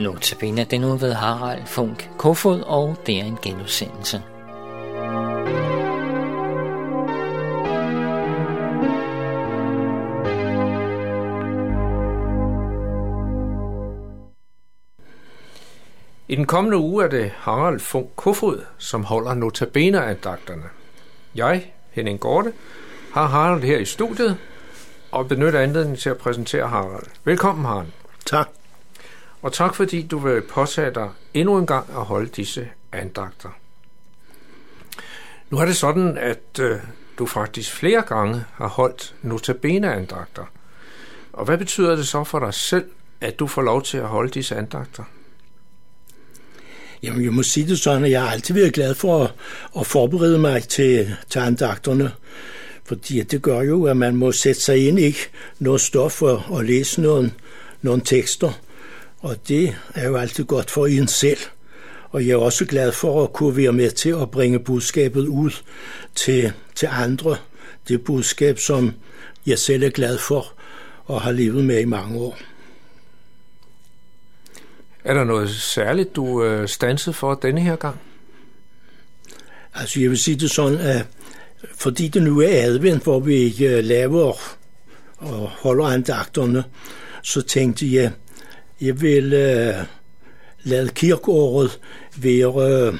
Notabene den nu ved Harald Funk Kofod, og det er en genudsendelse. I den kommende uge er det Harald Funk Kofod, som holder Notabene-andagterne. Jeg, Henning Gorte, har Harald her i studiet og benytter anledningen til at præsentere Harald. Velkommen, Harald. Tak. Og tak fordi du vil påtage dig endnu en gang at holde disse andagter. Nu er det sådan, at du faktisk flere gange har holdt Notabene-andagter. Og hvad betyder det så for dig selv, at du får lov til at holde disse andagter? Jamen, jeg må sige det sådan, at jeg har altid været glad for at forberede mig til andagterne. Fordi det gør jo, at man må sætte sig ind i noget stof og læse nogle tekster. Og det er jo altid godt for en selv. Og jeg er også glad for at kunne være med til at bringe budskabet ud til andre. Det budskab, som jeg selv er glad for og har levet med i mange år. Er der noget særligt, du stansede for denne her gang? Altså, jeg vil sige det sådan, at fordi det nu er advent, hvor vi laver og holder andagterne, så tænkte jeg vil lade kirkeåret være,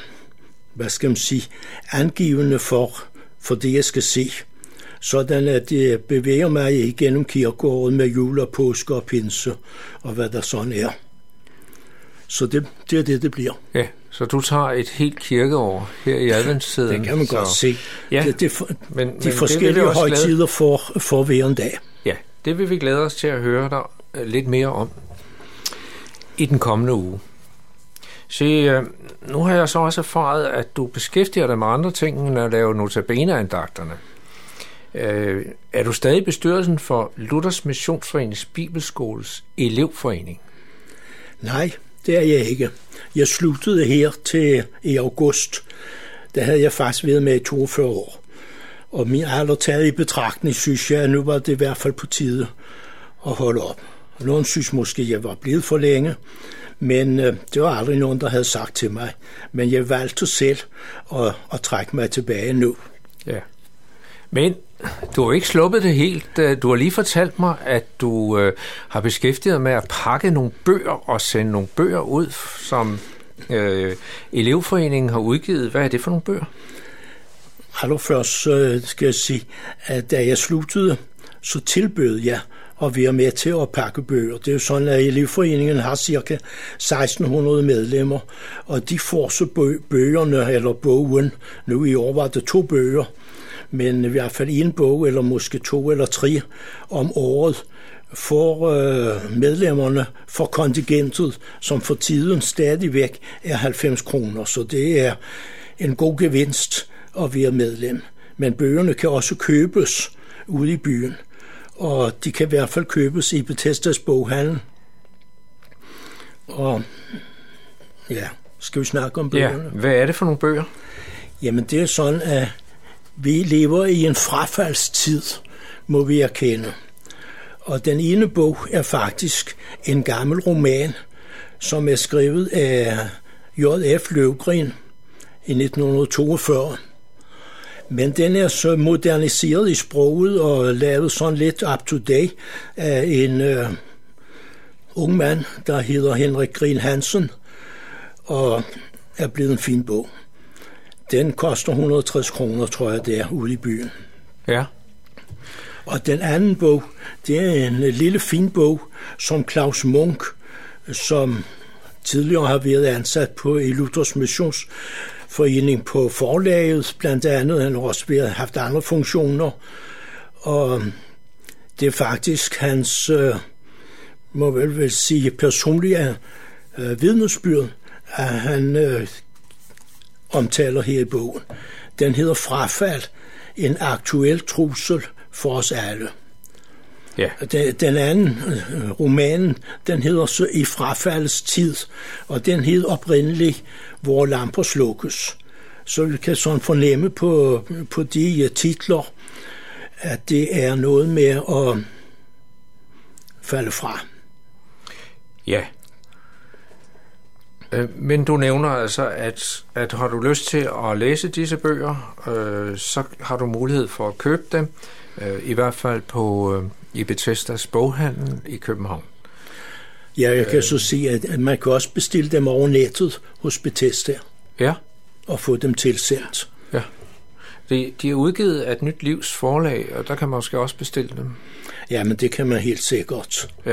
angivende for det, jeg skal se. Sådan at det bevæger mig igennem kirkeåret med jul og påske og pinse og hvad der sådan er. Så det er det bliver. Ja, så du tager et helt kirkeår her i adventstiden. Det kan man godt se. Ja, men de forskellige højtider for hver en dag. Ja, det vil vi glæde os til at høre dig lidt mere om i den kommende uge. Se, nu har jeg så også erfaret, at du beskæftiger dig med andre ting, end at lave Notabene-andagterne. Er du stadig i bestyrelsen for Luthers Missionsforenings Bibelskoles elevforening? Nej, det er jeg ikke. Jeg sluttede her til i august. Der havde jeg faktisk været med i 42 år. Og min alder taget i betragtning, synes jeg, at nu var det i hvert fald på tide at holde op. Nogen synes måske, at jeg var blevet for længe, men det var aldrig nogen, der havde sagt til mig. Men jeg valgte selv at trække mig tilbage nu. Ja. Men du har ikke sluppet det helt. Du har lige fortalt mig, at du har beskæftiget dig med at pakke nogle bøger og sende nogle bøger ud, som elevforeningen har udgivet. Hvad er det for nogle bøger? Allerførst skal jeg sige, at da jeg sluttede, så tilbød jeg at være med til at pakke bøger. Det er jo sådan, at elevforeningen har cirka 1600 medlemmer, og de får så bøgerne eller bogen. Nu i år var det 2 bøger, men i hvert fald en bog, eller måske 2 eller 3 om året, for medlemmerne for kontingentet, som for tiden stadigvæk er 90 kroner. Så det er en god gevinst at være medlem. Men bøgerne kan også købes ude i byen, og de kan i hvert fald købes i Bethesdas boghandel. Og ja, skal vi snakke om bøgerne? Ja, hvad er det for nogle bøger? Jamen det er sådan, at vi lever i en frafaldstid, må vi erkende. Og den ene bog er faktisk en gammel roman, som er skrevet af J.F. Løvgren i 1942. Men den er så moderniseret i sproget og lavet sådan lidt up-to-date af en ung mand, der hedder Henrik Green Hansen, og er blevet en fin bog. Den koster 160 kroner, tror jeg, det er, ude i byen. Ja. Og den anden bog, det er en lille fin bog, som Claus Munk, som tidligere har været ansat i Luthers Missionsforening på forlaget, blandt andet. Han har også haft andre funktioner. Og det er faktisk hans, må vel sige, personlige vidnesbyrd, at han omtaler her i bogen. Den hedder Frafald, en aktuel trussel for os alle. Ja. Den anden romanen, den hedder så I frafaldets tid, og den hedder oprindeligt Hvor lamper slukkes. Så vi kan sådan fornemme på de titler, at det er noget med at falde fra. Ja. Men du nævner altså, at har du lyst til at læse disse bøger, så har du mulighed for at købe dem, i hvert fald i Bethesdas boghandel i København. Ja, jeg kan så sige, at man kan også bestille dem over nettet hos Bethesda. Ja. Og få dem tilsendt. Ja. De er udgivet af Et Nyt Livs forlag, og der kan man måske også bestille dem. Ja, men det kan man helt sikkert. Ja.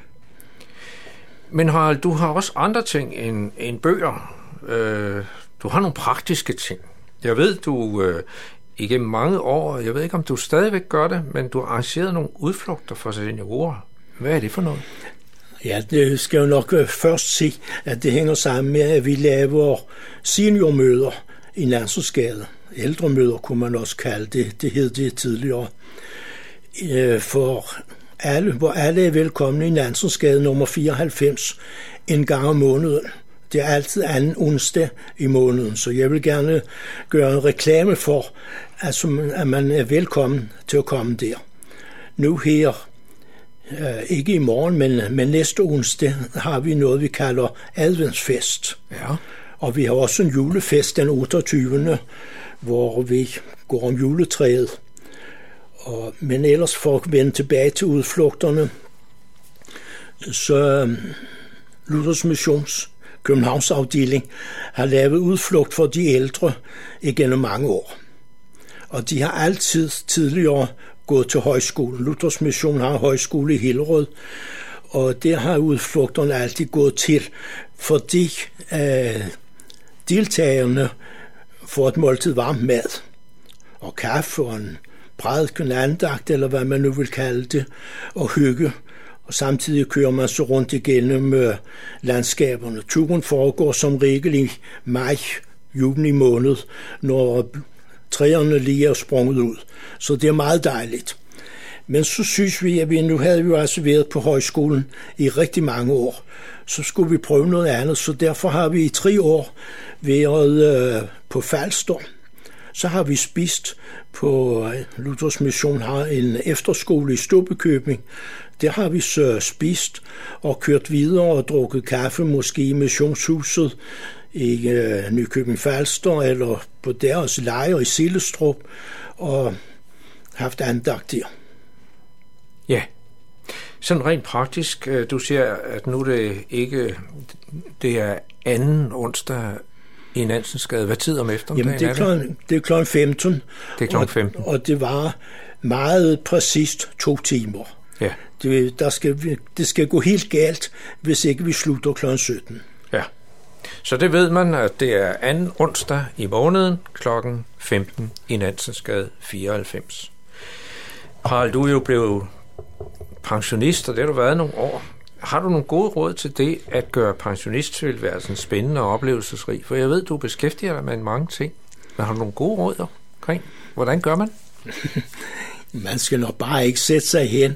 Men Harald, du har også andre ting end bøger. Du har nogle praktiske ting. Jeg ved, du igennem mange år, jeg ved ikke, om du stadigvæk gør det, men du har arrangeret nogle udflugter for seniorer. Hvad er det for noget? Ja, det skal jo nok først sige, at det hænger sammen med, at vi laver seniormøder i Nansensgade. Ældremøder kunne man også kalde det. Det hed det tidligere. For alle, hvor alle er velkomne i Nansensgade nummer 94 en gang om måneden. Det er altid anden onsdag i måneden, så jeg vil gerne gøre en reklame for, at man er velkommen til at komme der. Nu her, ikke i morgen, men næste onsdag, har vi noget, vi kalder adventsfest. Ja. Og vi har også en julefest den 28. hvor vi går om juletræet. Men ellers for at vende tilbage til udflugterne, så Luthers Missions Københavnsafdeling har lavet udflugt for de ældre igennem mange år. Og de har altid tidligere gået til højskolen. Luthers Mission har højskole i Hillerød, og der har udflugterne altid gået til, fordi deltagerne får et måltid varmt mad og kaffe og en prædiken, andagt, eller hvad man nu vil kalde det, og hygge. Og samtidig kører man så rundt igennem landskaberne. Turen foregår som regel i maj, juni måned, når træerne lige er sprunget ud. Så det er meget dejligt. Men så synes vi, at nu havde vi jo altså været på højskolen i rigtig mange år. Så skulle vi prøve noget andet, så derfor har vi i 3 år været på Falster. Så har vi spist på Luthers Mission, har en efterskole i Stubbekøbing. Der har vi så spist og kørt videre og drukket kaffe, måske i Missionshuset i Nykøbing Falster, eller på deres lejr i Sillestrup, og haft andagt der. Ja, sådan rent praktisk, du siger, at nu det er anden onsdag i Nansensgade. Hvad tid om eftermiddagen? Jamen, det er klokken 15. Det er klokken 15. Og det var meget præcist 2 timer. Ja. Det skal gå helt galt, hvis ikke vi slutter klokken 17. Ja. Så det ved man, at det er anden onsdag i måneden klokken 15 i Nansensgade 94. Harald, du er jo blevet pensionist, og det har du været nogle år. Har du nogle gode råd til det, at gøre pensionisttilværelsen spændende og oplevelsesrig? For jeg ved, du beskæftiger dig med mange ting. Men har du nogle gode råd omkring? Hvordan gør man? Man skal nok bare ikke sætte sig hen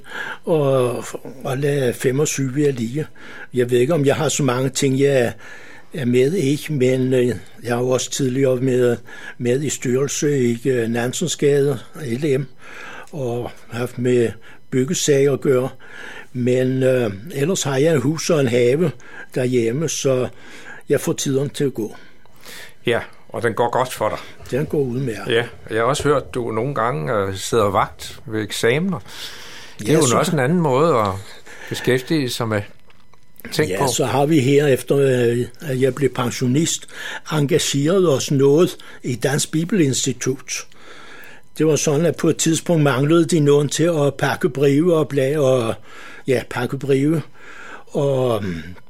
og lade 25 være lige. Jeg ved ikke, om jeg har så mange ting, jeg er med i, men jeg har jo også tidligere med i styrelse i Nansensgade, LM, og haft med byggesager at gøre. Men ellers har jeg en hus og en have derhjemme, så jeg får tiden til at gå. Ja, og den går godt for dig. Den går udmærket. Ja, jeg har også hørt, at du nogle gange sidder vagt ved eksamener. Det er jo også en anden måde at beskæftige sig med. Tænk på. Så har vi her, efter at jeg blev pensionist, engageret os noget i Dansk Bibelinstitut. Det var sådan, at på et tidspunkt manglede de nogen til at pakke breve og pakke breve. Og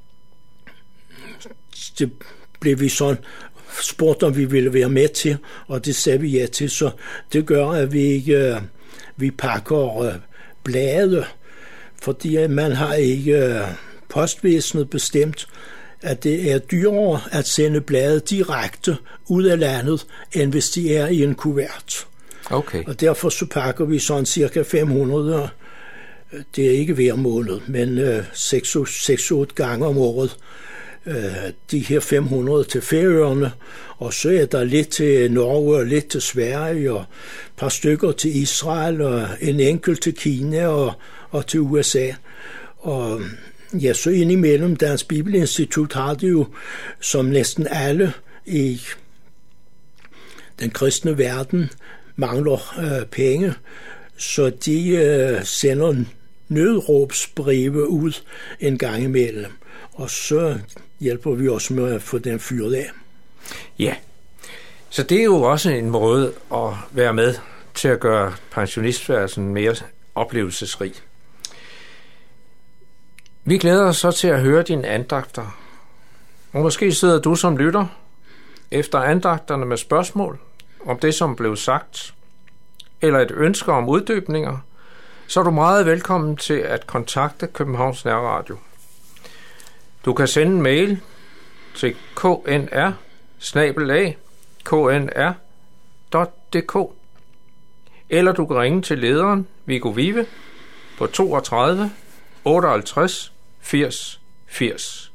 det blev vi sådan spurgt, om vi ville være med til, og det sagde vi ja til. Så det gør, at vi pakker blade, fordi man har ikke postvæsenet bestemt, at det er dyrere at sende blade direkte ud af landet, end hvis de er i en kuvert. Okay. Og derfor så pakker vi sådan cirka 500, det er ikke hver måned, men 6-8 gange om året, de her 500 til Færøerne, og så er der lidt til Norge og lidt til Sverige, og et par stykker til Israel, og en enkelt til Kina og til USA. Og Ja, så indimellem Dansk Bibelinstitut har det jo, som næsten alle i den kristne verden, mangler penge, så de sender nødråbsbreve ud en gang imellem, og så hjælper vi også med at få den fyret af. Ja, så det er jo også en måde at være med til at gøre pensionistværelsen mere oplevelsesrig. Vi glæder os så til at høre dine andagter. Og måske sidder du som lytter efter andagterne med spørgsmål om det, som blev sagt, eller et ønske om uddybninger, så er du meget velkommen til at kontakte Københavns Nærradio. Du kan sende en mail til knr@knr.dk, eller du kan ringe til lederen Viggo Vive på 32 58 80 80.